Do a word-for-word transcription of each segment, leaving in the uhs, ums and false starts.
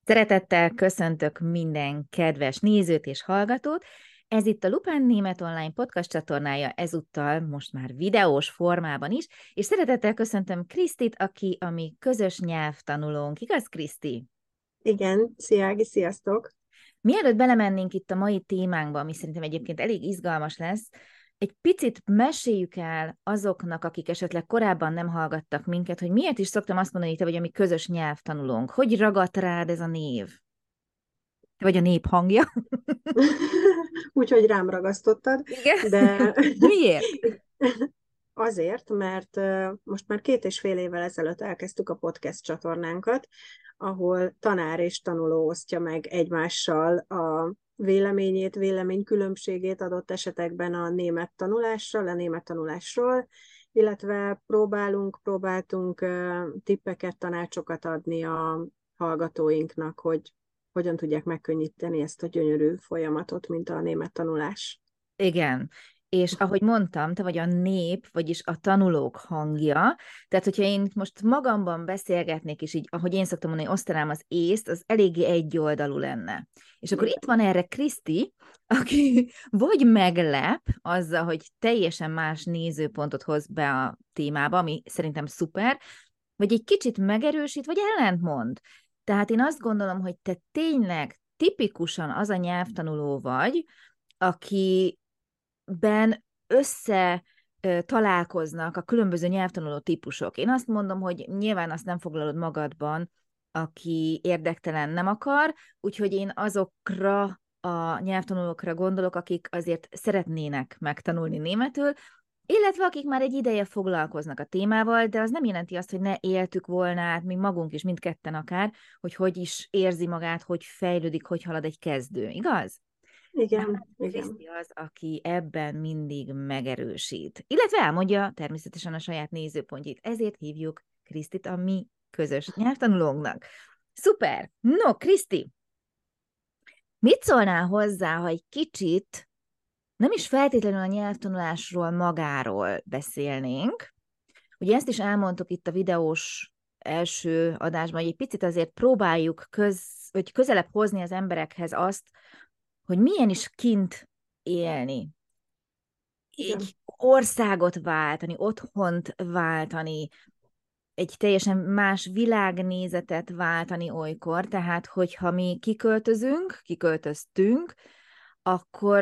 Szeretettel köszöntök minden kedves nézőt és hallgatót. Ez itt a Lupán Német Online podcast csatornája, ezúttal most már videós formában is, és szeretettel köszöntöm Krisztit, aki a mi közös nyelvtanulónk. Igaz, Kriszti? Igen, szia Ági, sziasztok! Mielőtt belemennénk itt a mai témánkba, ami szerintem egyébként elég izgalmas lesz, egy picit meséljük el azoknak, akik esetleg korábban nem hallgattak minket, hogy miért is szoktam azt mondani, hogy te vagy a mi közös nyelvtanulónk. Hogy ragadt rád ez a név? Te vagy a nép hangja? Úgyhogy rám ragasztottad, Igen? de Miért? azért, mert most már két és fél évvel ezelőtt elkezdtük a podcast csatornánkat, ahol tanár és tanuló osztja meg egymással a véleményét, véleménykülönbségét adott esetekben a német tanulásról, a német tanulásról, illetve próbálunk, próbáltunk tippeket, tanácsokat adni a hallgatóinknak, hogy hogyan tudják megkönnyíteni ezt a gyönyörű folyamatot, mint a német tanulás. Igen. És ahogy mondtam, te vagy a nép, vagyis a tanulók hangja. Tehát, hogyha én most magamban beszélgetnék, és így, ahogy én szoktam mondani, osztanám az észt, az eléggé egyoldalú lenne. És akkor itt van erre Kriszti, aki vagy meglep azzal, hogy teljesen más nézőpontot hoz be a témába, ami szerintem szuper, vagy egy kicsit megerősít, vagy ellentmond. Tehát én azt gondolom, hogy te tényleg tipikusan az a nyelvtanuló vagy, akiben össze találkoznak a különböző nyelvtanuló típusok. Én azt mondom, hogy nyilván azt nem foglalod magadban, aki érdektelen nem akar, úgyhogy én azokra a nyelvtanulókra gondolok, akik azért szeretnének megtanulni németül, illetve akik már egy ideje foglalkoznak a témával, de az nem jelenti azt, hogy ne éltük volna át, mi magunk is, mindketten akár, hogy hogy is érzi magát, hogy fejlődik, hogy halad egy kezdő, igaz? Igen, igen. Kriszti az, aki ebben mindig megerősít. Illetve elmondja természetesen a saját nézőpontját. Ezért hívjuk Krisztit a mi közös nyelvtanulónknak. Szuper! No, Kriszti, mit szólnál hozzá, ha egy kicsit nem is feltétlenül a nyelvtanulásról magáról beszélnénk? Ugye ezt is elmondtuk itt a videós első adásban, hogy egy picit azért próbáljuk köz, hogy közelebb hozni az emberekhez azt, hogy milyen is kint élni, Igen. egy országot váltani, otthont váltani, egy teljesen más világnézetet váltani olykor, tehát hogyha mi kiköltözünk, kiköltöztünk, akkor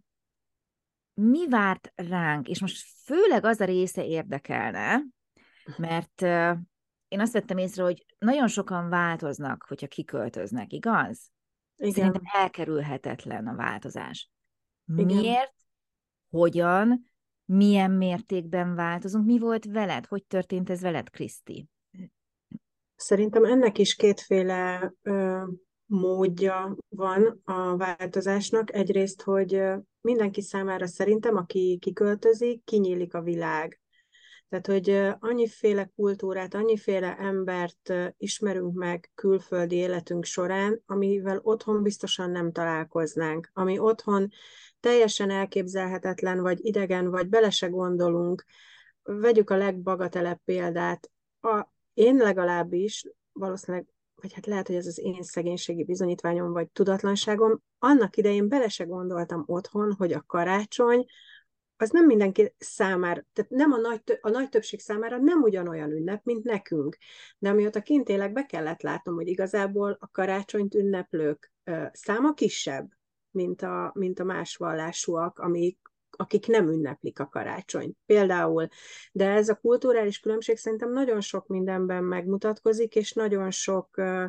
mi várt ránk? És most főleg az a része érdekelne, mert én azt vettem észre, hogy nagyon sokan változnak, hogyha kiköltöznek, igaz? Szerintem Igen. elkerülhetetlen a változás. Igen. Miért? Hogyan? Milyen mértékben változunk? Mi volt veled? Hogy történt ez veled, Kriszti? Szerintem ennek is kétféle ö, módja van a változásnak. Egyrészt, hogy ö, mindenki számára szerintem, aki kiköltözik, kinyílik a világ. Tehát, hogy ö, annyiféle kultúrát, annyiféle embert ö, ismerünk meg külföldi életünk során, amivel otthon biztosan nem találkoznánk. Ami otthon teljesen elképzelhetetlen, vagy idegen, vagy bele se gondolunk. Vegyük a legbagatelebb példát. A, én legalábbis valószínűleg, vagy hát lehet, hogy ez az én szegénységi bizonyítványom, vagy tudatlanságom, annak idején bele se gondoltam otthon, hogy a karácsony az nem mindenki számára, tehát nem a nagy, a nagy többség számára nem ugyanolyan ünnep, mint nekünk. De amióta kint élek, be kellett látnom, hogy igazából a karácsonyt ünneplők ö, száma kisebb, mint a, mint a más vallásúak, amik, akik nem ünneplik a karácsonyt. Például, de ez a kulturális különbség szerintem nagyon sok mindenben megmutatkozik, és nagyon sok ö,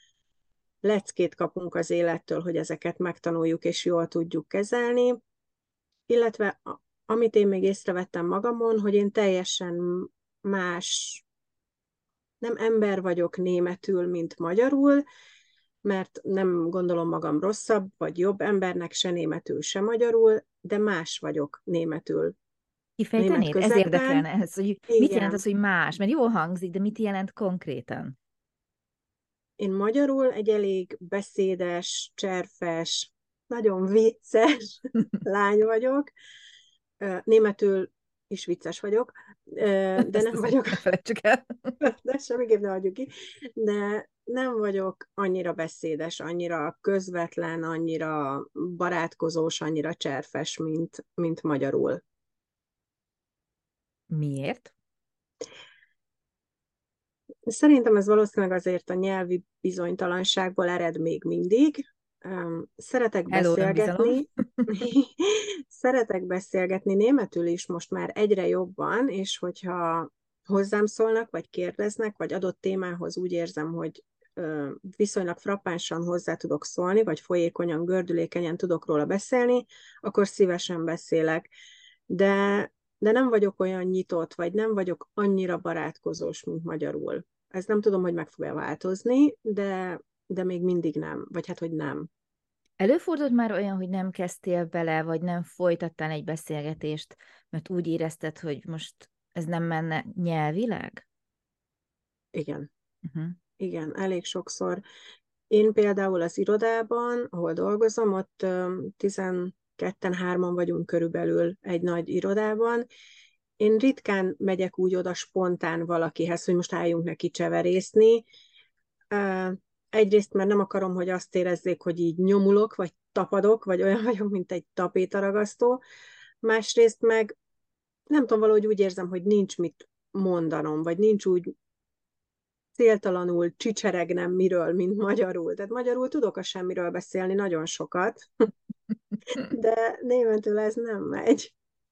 leckét kapunk az élettől, hogy ezeket megtanuljuk, és jól tudjuk kezelni. Illetve amit én még észrevettem magamon, hogy én teljesen más, nem ember vagyok németül, mint magyarul, mert nem gondolom magam rosszabb vagy jobb embernek, se németül, se magyarul, de más vagyok németül. Német Kifejtenéd? Ez közegben. érdekelne, ez, hogy mit jelent az, Igen. hogy más? Mert jól hangzik, de mit jelent konkrétan? Én magyarul egy elég beszédes, cserfes, nagyon vicces lány vagyok. Németül is vicces vagyok, de Ezt nem azért vagyok, ne felejtsük el. de semmiképp ne adjuk ki, de nem vagyok annyira beszédes, annyira közvetlen, annyira barátkozós, annyira cserfes, mint, mint magyarul. Miért? Szerintem ez valószínűleg azért a nyelvi bizonytalanságból ered még mindig. Öm, Szeretek Hello, önbizalom. beszélgetni, szeretek beszélgetni németül is most már egyre jobban, és hogyha hozzám szólnak, vagy kérdeznek, vagy adott témához úgy érzem, hogy ö, viszonylag frappánsan hozzá tudok szólni, vagy folyékonyan, gördülékenyen tudok róla beszélni, akkor szívesen beszélek. De, de nem vagyok olyan nyitott, vagy nem vagyok annyira barátkozós, mint magyarul. Ez nem tudom, hogy meg fog-e változni, de, de még mindig nem, vagy hát, hogy nem. Előfordult már olyan, hogy nem kezdtél bele, vagy nem folytattál egy beszélgetést, mert úgy érezted, hogy most ez nem menne nyelvileg? Igen. Uh-huh. Igen, elég sokszor. Én például az irodában, ahol dolgozom, ott tizenketten hárman vagyunk körülbelül egy nagy irodában. Én ritkán megyek úgy oda spontán valakihez, hogy most álljunk neki cseverészni. Ö, Egyrészt, mert nem akarom, hogy azt érezzék, hogy így nyomulok, vagy tapadok, vagy olyan vagyok, mint egy tapétaragasztó. Másrészt meg nem tudom, valahogy úgy érzem, hogy nincs mit mondanom, vagy nincs úgy céltalanul csicseregnem miről, mint magyarul. Tehát magyarul tudok a semmiről beszélni nagyon sokat, de németül ez nem megy.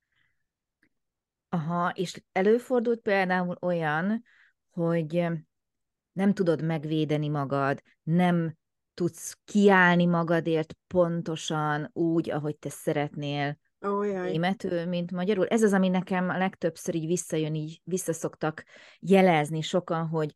Aha, és előfordult például olyan, hogy nem tudod megvédeni magad, nem tudsz kiállni magadért pontosan úgy, ahogy te szeretnél Ójaj. németül, mint magyarul. Ez az, ami nekem a legtöbbször így visszajön, így visszaszoktak jelezni sokan, hogy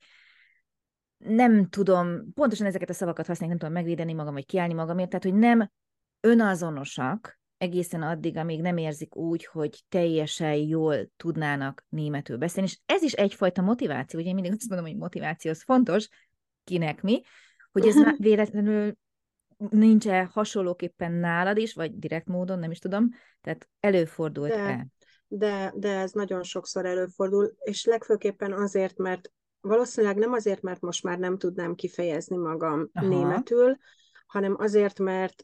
nem tudom, pontosan ezeket a szavakat használni, nem tudom megvédeni magam, vagy kiállni magamért, tehát, hogy nem önazonosak egészen addig, amíg nem érzik úgy, hogy teljesen jól tudnának németül beszélni, és ez is egyfajta motiváció, ugye én mindig azt mondom, hogy motiváció az fontos, kinek mi, hogy ez véletlenül nincs-e hasonlóképpen nálad is, vagy direkt módon, nem is tudom, tehát előfordult-e? De, de, de ez nagyon sokszor előfordul, és legfőképpen azért, mert valószínűleg nem azért, mert most már nem tudnám kifejezni magam Aha. németül, hanem azért, mert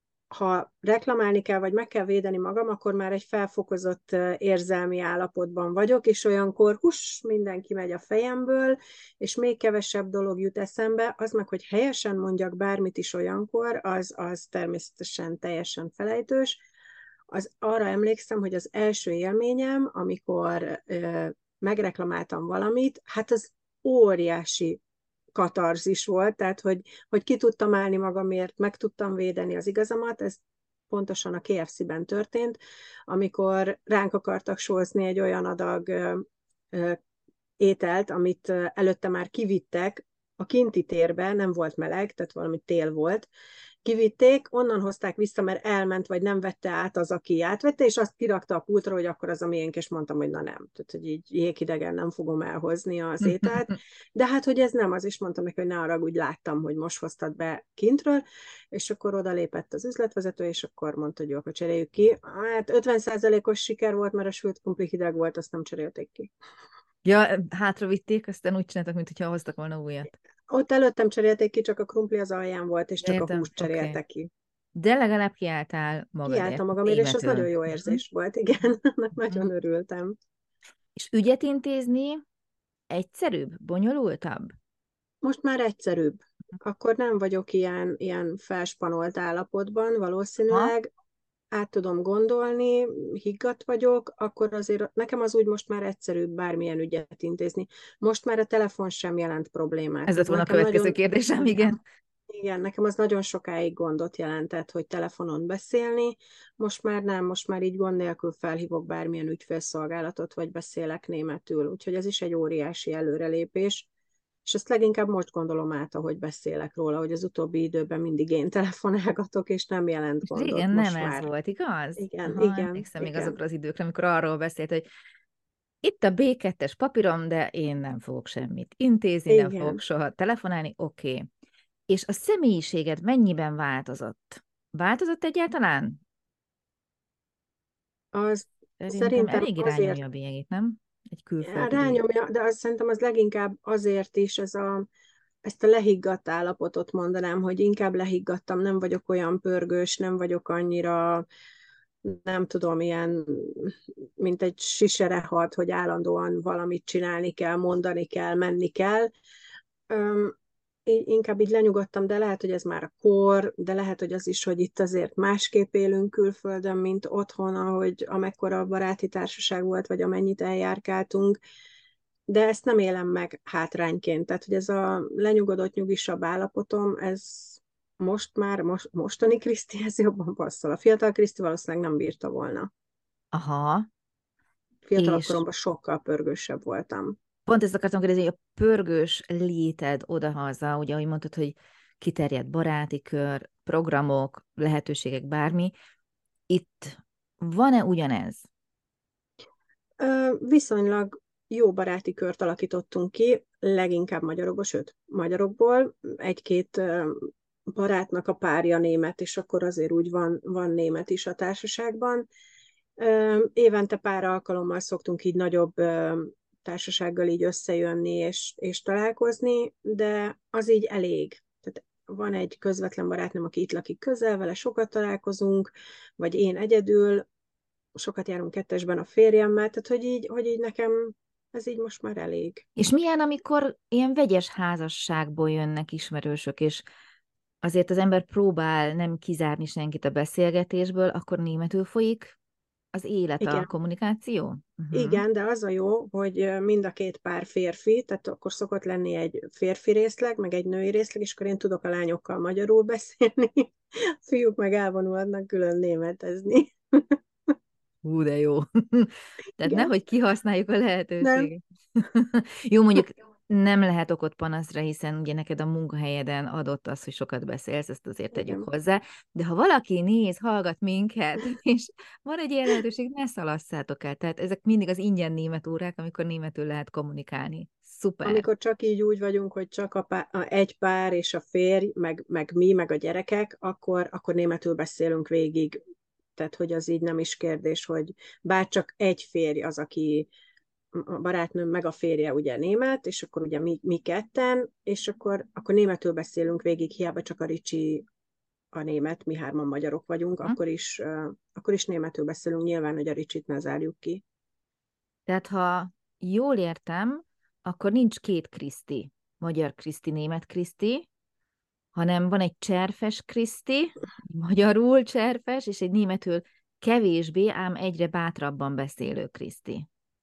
ha reklamálni kell, vagy meg kell védeni magam, akkor már egy felfokozott érzelmi állapotban vagyok, és olyankor hús, mindenki megy a fejemből, és még kevesebb dolog jut eszembe, az meg, hogy helyesen mondjak bármit is olyankor, az, az természetesen teljesen felejtős. Az, arra emlékszem, hogy az első élményem, amikor ö, megreklamáltam valamit, hát az óriási katarzis volt, tehát hogy, hogy ki tudtam állni magamért, meg tudtam védeni az igazamat, ez pontosan a ká ef cé-ben történt, amikor ránk akartak sózni egy olyan adag ö, ö, ételt, amit előtte már kivittek a kinti térbe, nem volt meleg, tehát valami tél volt, kivitték, onnan hozták vissza, mert elment, vagy nem vette át az, aki átvette, és azt kirakta a pultra, hogy akkor az a miénk, és mondtam, hogy na nem. Tehát, hogy így jéghidegen nem fogom elhozni az ételt. De hát, hogy ez nem, az is mondtam neki, hogy ne arra, úgy láttam, hogy most hoztad be kintről, és akkor oda lépett az üzletvezető, és akkor mondta, hogy jó, akkor cseréljük ki. Hát ötven százalékos siker volt, mert a sült krumpli hideg volt, azt nem cserélték ki. Ja, hátravitték, aztán úgy csináltak, mintha hoztak volna újat. Ott előttem cserélték ki, csak a krumpli az alján volt, és csak a Értem, húst oké. Okay. cseréltek ki. De legalább kiálltál magadért, Kiálltam magamért, és az németül. nagyon jó Uh-huh. érzés volt, igen, annak Uh-huh. nagyon örültem. És ügyet intézni egyszerűbb, bonyolultabb? Most már egyszerűbb. Akkor nem vagyok ilyen, ilyen felspanolt állapotban, Ha? valószínűleg át tudom gondolni, higgadt vagyok, akkor azért nekem az úgy most már egyszerűbb bármilyen ügyet intézni. Most már a telefon sem jelent problémát. Ez lett Tehát volna a nekem következő nagyon, kérdésem, igen. igen, nekem az nagyon sokáig gondot jelentett, hogy telefonon beszélni. Most már nem, most már így gond nélkül felhívok bármilyen ügyfélszolgálatot, vagy beszélek németül. Úgyhogy ez is egy óriási előrelépés. És ezt leginkább most gondolom át, ahogy beszélek róla, hogy az utóbbi időben mindig én telefonálgatok, és nem jelent És gondot régen nem most ez már. volt, igaz? Igen, Aha, igen, emlékszem még igen. azokra az időkre, amikor arról beszélt, hogy itt a bé kettes papírom, de én nem fogok semmit intézni, nem fogok Igen. soha telefonálni, oké. Okay. És a személyiséged mennyiben változott? Változott egyáltalán? Az Szerintem szerintem elég irányomja azért a bélyegét, nem? Egy külföldi bélyeg. rányomja, de azt szerintem az leginkább azért is ez a ezt a lehiggadt állapotot mondanám, hogy inkább lehiggadtam, nem vagyok olyan pörgős, nem vagyok annyira, nem tudom, ilyen, mint egy siserehat, hogy állandóan valamit csinálni kell, mondani kell, menni kell. Öm, inkább így lenyugodtam, de lehet, hogy ez már a kor, de lehet, hogy az is, hogy itt azért másképp élünk külföldön, mint otthon, ahogy amekkora a baráti társaság volt, vagy amennyit eljárkáltunk, de ezt nem élem meg hátrányként. Tehát, hogy ez a lenyugodott, nyugisabb állapotom, ez most már, most, mostani Krisztihez jobban passzol. A fiatal Kriszti valószínűleg nem bírta volna. Aha, Fiatalabb és koromban sokkal pörgősebb voltam. pont ezt akartam kérdezni, hogy a pörgős léted odahaza, ugye, ahogy mondtad, hogy kiterjedt baráti kör, programok, lehetőségek, bármi, itt van-e ugyanez? Ö, viszonylag jó baráti kört alakítottunk ki, leginkább magyarokból, sőt, magyarokból. Egy-két ö, barátnak a párja német, és akkor azért úgy van, van német is a társaságban. Ö, évente pár alkalommal szoktunk így nagyobb ö, társasággal így összejönni és, és találkozni, de az így elég. Tehát van egy közvetlen barátnőm, aki itt lakik közel, vele sokat találkozunk, vagy én egyedül, sokat járunk kettesben a férjemmel, tehát hogy így, hogy így nekem ez így most már elég. És milyen, amikor ilyen vegyes házasságból jönnek ismerősök, és azért az ember próbál nem kizárni senkit a beszélgetésből, akkor németül folyik az élet, a Igen, kommunikáció? Uh-huh. igen, de az a jó, hogy mind a két pár férfi, tehát akkor szokott lenni egy férfi részleg, meg egy női részleg, és akkor én tudok a lányokkal magyarul beszélni, a fiúk meg elvonulnak külön németezni. Hú, de jó. Tehát Igen, nehogy kihasználjuk a nem, lehetőséget. Jó, mondjuk nem lehet okot panaszra, hiszen ugye neked a munkahelyeden adott az, hogy sokat beszélsz, ezt azért tegyük igen. hozzá. De ha valaki néz, hallgat minket, és van egy ilyen lehetőség, ne szalasszátok el. Tehát ezek mindig az ingyen német órák, amikor németül lehet kommunikálni. Szuper. Amikor csak így úgy vagyunk, hogy csak a, pár, a egy pár és a férj, meg, meg mi, meg a gyerekek, akkor, akkor németül beszélünk végig. Tehát, hogy az így nem is kérdés, hogy bár csak egy férj az, aki a barátnőm meg a férje ugye német, és akkor ugye mi, mi ketten, és akkor, akkor németül beszélünk végig, hiába csak a Ricsi a német, mi hárman magyarok vagyunk, Hm? akkor is, uh, akkor is németül beszélünk, nyilván, hogy a Ricsit ne zárjuk ki. Tehát ha jól értem, akkor nincs két Kriszti, magyar Kriszti, német Kriszti, hanem van egy cserfes Kriszti, magyarul cserfes, és egy németül kevésbé, ám egyre bátrabban beszélő Kriszti.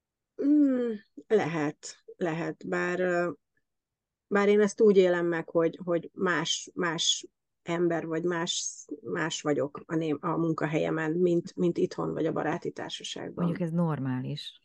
Mm, lehet, lehet, bár, uh, bár én ezt úgy élem meg, hogy, hogy más, más ember vagy más, más vagyok a, ném, a munkahelyemen, mint, mint itthon vagy a baráti Mondjuk társaságban. ez normális.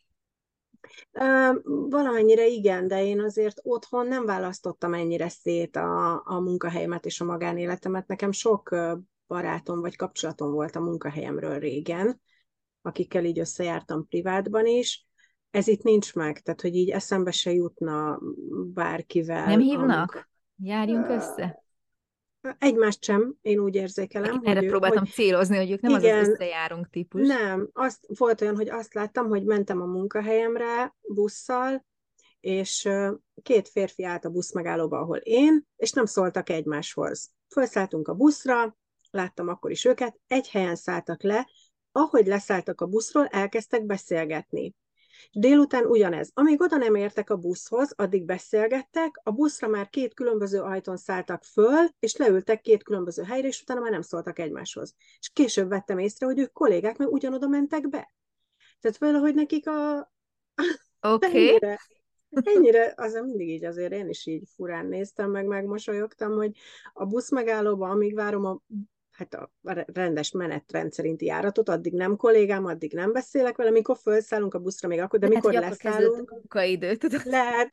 Uh, valamennyire igen, de én azért otthon nem választottam ennyire szét a, a munkahelyemet és a magánéletemet. Nekem sok uh, barátom vagy kapcsolatom volt a munkahelyemről régen, akikkel így összejártam privátban is. Ez itt nincs meg, tehát hogy így eszembe se jutna Nem bárkivel a munka. hívnak? Járjunk össze? Uh, egymást sem, én úgy érzékelem, Én erre hogy, hogy próbáltam célozni, hogy ők nem az az igen, összejárunk típus. nem, azt volt olyan, hogy azt láttam, hogy mentem a munkahelyemre busszal, és két férfi állt a buszmegállóba, ahol én, és nem szóltak egymáshoz. Felszálltunk a buszra, láttam akkor is őket, egy helyen szálltak le, ahogy leszálltak a buszról, elkezdtek beszélgetni. Délután ugyanez. Amíg oda nem értek a buszhoz, addig beszélgettek, a buszra már két különböző ajtón szálltak föl, és leültek két különböző helyre, és utána már nem szóltak egymáshoz. És később vettem észre, hogy ők kollégák, mert ugyanoda mentek be. Tehát valahogy nekik a... Oké. Okay. ennyire, ennyire, azért mindig így azért én is így furán néztem, meg megmosolyogtam, hogy a busz megállóban, amíg várom a hát a rendes menetrend szerinti járatot, addig nem kollégám, addig nem beszélek vele, mikor felszállunk a buszra, még akkor, de Lehet, mikor hogy akkor kezdődött leszállunk, a munkaidő, tudod? lehet.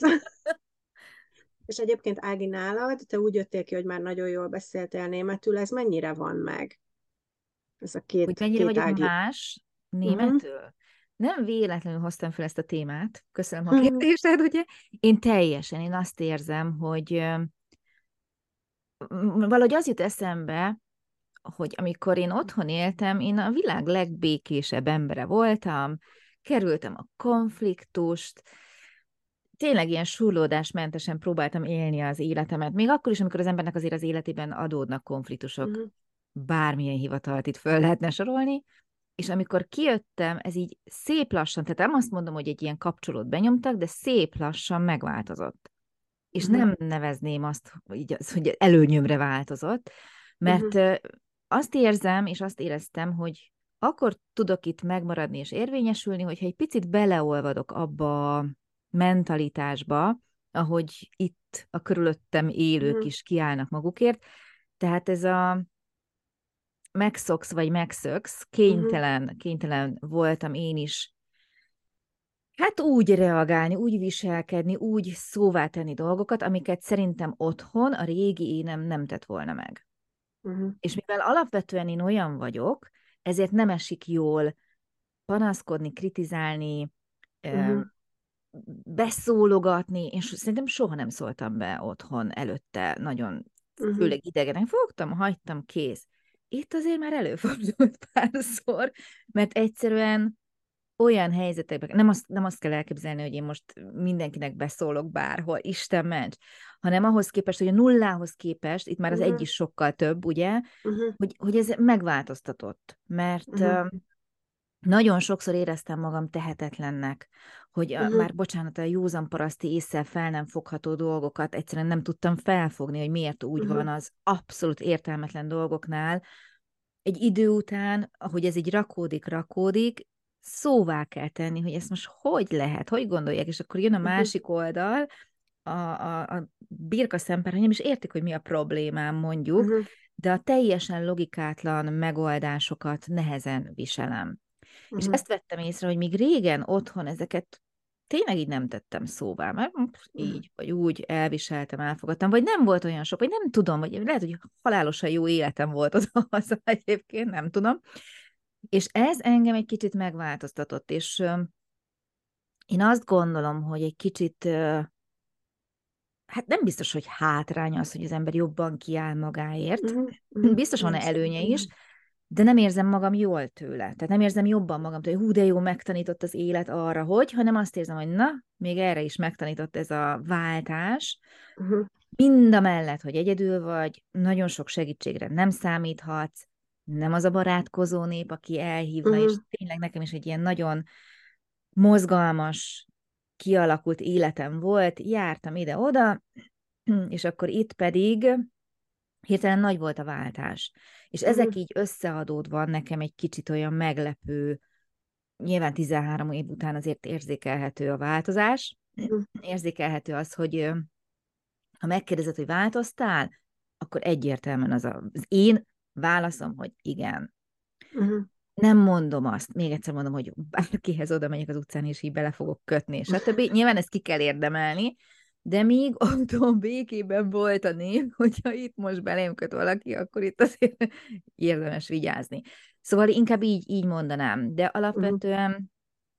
És egyébként Ági, nálad, te úgy jöttél ki, hogy már nagyon jól beszéltél németül, ez mennyire van meg? Ez a Hogy két, mennyire két vagyok Ági. más Uh-huh. németül? Nem véletlenül hoztam fel ezt a témát. Köszönöm a kérdésed, ugye? Én teljesen, én azt érzem, hogy ö, valahogy az jut eszembe, hogy amikor én otthon éltem, én a világ legbékésebb embere voltam, kerültem a konfliktust, tényleg ilyen surlódásmentesen próbáltam élni az életemet, még akkor is, amikor az embernek azért az életében adódnak konfliktusok, Uh-huh. bármilyen hivatalt itt föl lehetne sorolni, és amikor kijöttem, ez így szép lassan, tehát nem azt mondom, hogy egy ilyen kapcsolót benyomtak, de szép lassan megváltozott. És Uh-huh. nem nevezném azt, hogy, az, hogy előnyömre változott, mert Uh-huh. azt érzem, és azt éreztem, hogy akkor tudok itt megmaradni és érvényesülni, hogyha egy picit beleolvadok abba a mentalitásba, ahogy itt a körülöttem élők Uh-huh. is kiállnak magukért. Tehát ez a megszoksz vagy megszöksz, Uh-huh. kénytelen, kénytelen voltam én is hát úgy reagálni, úgy viselkedni, úgy szóvá tenni dolgokat, amiket szerintem otthon a régi énem nem tett volna meg. Uh-huh. És mivel alapvetően én olyan vagyok, ezért nem esik jól panaszkodni, kritizálni, Uh-huh. beszólogatni, és szerintem soha nem szóltam be otthon előtte, nagyon Uh-huh. főleg idegenek fogtam, hagytam, kész. Itt azért már előfordult párszor, mert egyszerűen olyan helyzetekben, nem azt, nem azt kell elképzelni, hogy én most mindenkinek beszólok bárhol, Isten ments, hanem ahhoz képest, hogy a nullához képest, itt már az Uh-huh. egy is sokkal több, ugye, Uh-huh. hogy, hogy ez megváltoztatott, mert Uh-huh. nagyon sokszor éreztem magam tehetetlennek, hogy a, Uh-huh. már bocsánat, a józan paraszti ésszel fel nem fogható dolgokat egyszerűen nem tudtam felfogni, hogy miért úgy Uh-huh. van az abszolút értelmetlen dolgoknál. Egy idő után, ahogy ez így rakódik, rakódik, szóvá kell tenni, hogy ezt most hogy lehet, hogy gondolják, és akkor jön a Uh-huh. másik oldal, a, a, a birka szemper, hogy nem is értik, hogy mi a problémám, mondjuk, Uh-huh. de a teljesen logikátlan megoldásokat nehezen viselem. És Uh-huh. ezt vettem észre, hogy még régen otthon ezeket tényleg így nem tettem szóvá, mert így, vagy úgy elviseltem, elfogadtam, vagy nem volt olyan sok, vagy nem tudom, vagy lehet, hogy halálosan jó életem volt az haza egyébként, nem tudom. És ez engem egy kicsit megváltoztatott, és ö, én azt gondolom, hogy egy kicsit, ö, hát nem biztos, hogy hátrány az, hogy az ember jobban kiáll magáért, Uh-huh. Uh-huh. biztos van Nem, előnye szerintem is, nem. de nem érzem magam jól tőle. Tehát nem érzem jobban magam, hogy hú, de jó, megtanított az élet arra, hogy, hanem azt érzem, hogy na, még erre is megtanított ez a váltás. Uh-huh. Mind a mellett, hogy egyedül vagy, nagyon sok segítségre nem számíthatsz, nem az a barátkozó nép, aki elhívna, és Uh-huh. tényleg nekem is egy ilyen nagyon mozgalmas, kialakult életem volt, jártam ide-oda, és akkor itt pedig hirtelen nagy volt a váltás. És ezek Uh-huh. így összeadódva nekem egy kicsit olyan meglepő, nyilván tizenhárom év után azért érzékelhető a változás, Uh-huh. érzékelhető az, hogy ö, ha megkérdezed, hogy változtál, akkor egyértelműen az a, az én válaszom, hogy igen. Uh-huh. Nem mondom azt, még egyszer mondom, hogy bárkihez oda megyek az utcán, és így bele fogok kötni, stb. Nyilván ezt ki kell érdemelni, de míg otthon békében volt a nép, hogyha itt most belém köt valaki, akkor itt azért érdemes vigyázni. Szóval inkább így, így mondanám, de Uh-huh. alapvetően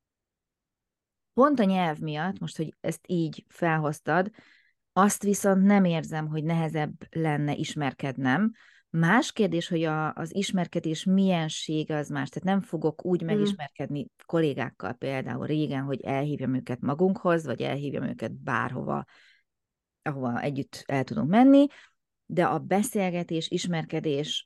pont a nyelv miatt, most, hogy ezt így felhoztad, azt viszont nem érzem, hogy nehezebb lenne ismerkednem. Más kérdés, hogy a, az ismerkedés miensége az más. Tehát nem fogok úgy Uh-huh. megismerkedni kollégákkal például régen, hogy elhívjam őket magunkhoz, vagy elhívjam őket bárhova, ahova együtt el tudunk menni, de a beszélgetés, ismerkedés,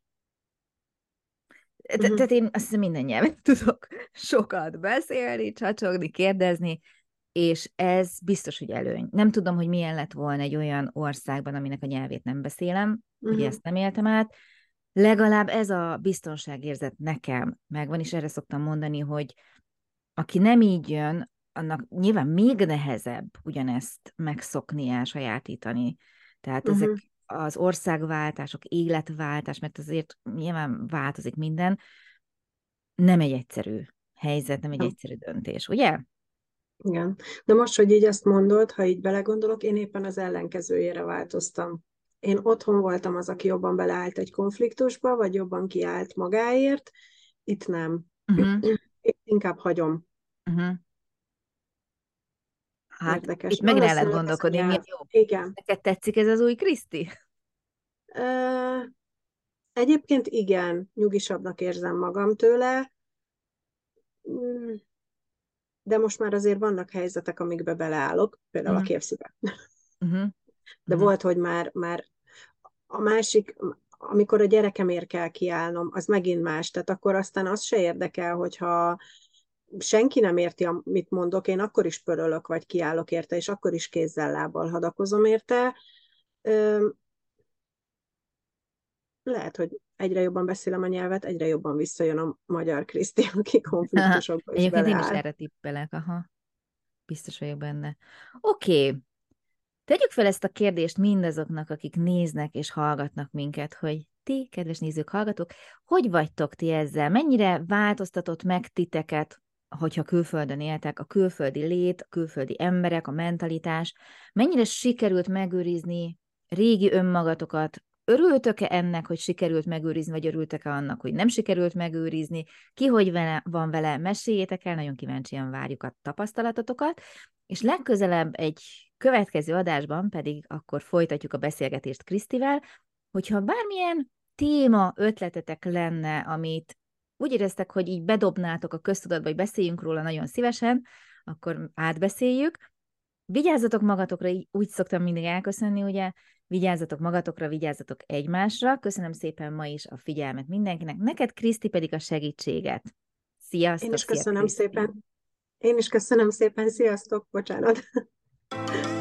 te- Uh-huh. tehát én azt hiszem minden nyelven tudok sokat beszélni, csacsogni, kérdezni, és ez biztos, hogy előny. Nem tudom, hogy milyen lett volna egy olyan országban, aminek a nyelvét nem beszélem, ugye Uh-huh. ezt nem éltem át. Legalább ez a biztonságérzet nekem megvan, és erre szoktam mondani, hogy aki nem így jön, annak nyilván még nehezebb ugyanezt megszokni, elsajátítani. Tehát Uh-huh. ezek az országváltások, életváltás, mert azért nyilván változik minden, nem egy egyszerű helyzet, nem egy Ja. egyszerű döntés, ugye? Igen. De most, hogy így ezt mondod, ha így belegondolok, én éppen az ellenkezőjére változtam. Én otthon voltam az, aki jobban beleállt egy konfliktusba, vagy jobban kiállt magáért. Itt nem. Uh-huh, Én inkább hagyom. uh-huh. Hát Érdekes. itt megint el lehet Valószínűleg ez a gondolkodni, mi a nyelv. jobb. Igen. Neked tetszik ez az új Kriszti? Ö, egyébként igen, nyugisabbnak érzem magam tőle. Mm, de most már azért vannak helyzetek, amikbe beleállok, például Uh-huh. a ká ef cé-be. Uh-huh. De Uh-huh. volt, hogy már, már a másik, amikor a gyerekemért kell kiállnom, az megint más, tehát akkor aztán az se érdekel, hogyha senki nem érti, amit mondok, én akkor is pörölök, vagy kiállok érte, és akkor is kézzel, lábbal hadakozom érte. Lehet, hogy egyre jobban beszélem a nyelvet, egyre jobban visszajön a magyar Kriszti, aki konfliktusokba is Egyébként én is beleáll. erre tippelek, aha. Biztos vagyok benne. Oké, okay. Tegyük fel ezt a kérdést mindazoknak, akik néznek és hallgatnak minket, hogy ti, kedves nézők, hallgatók, hogy vagytok ti ezzel? Mennyire változtatott meg titeket, hogyha külföldön éltek, a külföldi lét, a külföldi emberek, a mentalitás? Mennyire sikerült megőrizni régi önmagatokat? Örültök-e ennek, hogy sikerült megőrizni, vagy örültek-e annak, hogy nem sikerült megőrizni? Ki hogy vele, van vele? Meséljétek el, nagyon kíváncsian várjuk a tapasztalatotokat, és legközelebb egy következő adásban pedig akkor folytatjuk a beszélgetést Krisztivel, hogyha bármilyen téma, ötletetek lenne, amit úgy éreztek, hogy így bedobnátok a köztudatba, hogy beszéljünk róla nagyon szívesen, akkor átbeszéljük. Vigyázzatok magatokra, úgy szoktam mindig elköszönni, ugye, vigyázzatok magatokra, vigyázzatok egymásra. Köszönöm szépen ma is a figyelmet mindenkinek. Neked, Kriszti, pedig a segítséget. Sziasztok, Én is szia, köszönöm Kriszti. szépen. Én is köszönöm szépen. Sziasztok, bocsánat.